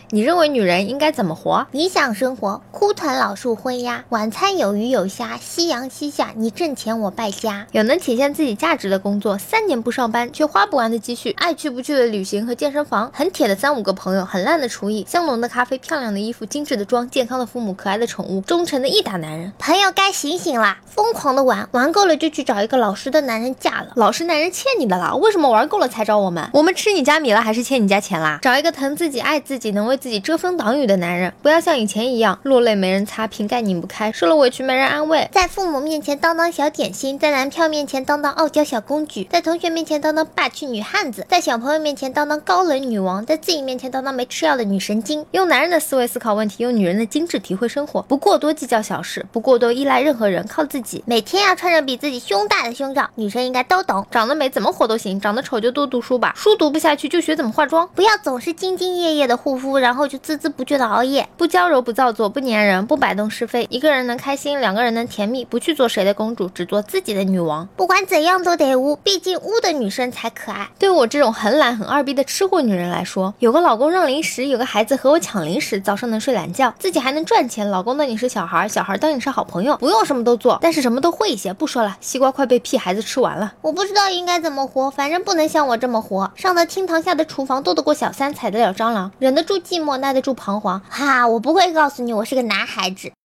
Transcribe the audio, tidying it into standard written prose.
你认为女人应该怎么活？ 理想生活：枯团老树昏鸦，晚餐有鱼有虾，夕阳西下，你挣钱我败家。 有能体现自己价值的工作，3年不上班却花不完的积蓄，爱去不去的旅行和健身房，很铁的3、5个朋友，很烂的厨艺，香浓的咖啡，漂亮的衣服，精致的妆，健康的父母，可爱的宠物，忠诚的一打男人。 朋友该醒醒啦！疯狂的玩，玩够了就去找一个老实的男人嫁了。 老实男人欠你的啦，为什么玩够了才找我们？我们吃你家米了还是欠你家钱啦？找一个疼自己、爱自己，能为自己遮风挡雨的男人，不要像以前一样落泪没人擦，瓶盖拧不开，受了委屈没人安慰， 在父母面前当小点心，在男票面前当傲娇小公举，在同学面前当霸气女汉子，在小朋友面前当高冷女王，在自己面前当没吃药的女神经。 用男人的思维思考问题，用女人的精致体会生活，不过多计较小事，不过多依赖任何人，靠自己。 每天要穿着比自己胸大的胸罩，女生应该都懂。 长得美怎么活都行，长得丑就多读书吧，书读不下去就学怎么化妆。 不要总是兢兢业业的护肤，然后就孜孜不倦的熬夜。 不娇柔不造作，不粘人，不摆动是非。一个人能开心，2个人能甜蜜，不去做谁的公主，只做自己的女王。 不管怎样都得污，毕竟污的女生才可爱。 对我这种很懒很二逼的吃货女人来说，有个老公让零食，有个孩子和我抢零食，早上能睡懒觉，自己还能赚钱，老公当你是小孩，小孩当你是好朋友，不用什么都做，但是什么都会一些。不说了，西瓜快被屁孩子吃完了。 我不知道应该怎么活，反正不能像我这么活。上得厅堂下的厨房，斗得过小三，踩得了蟑螂，忍得住寂寞，耐得住彷徨。哈，我不会告诉你我是个男孩子。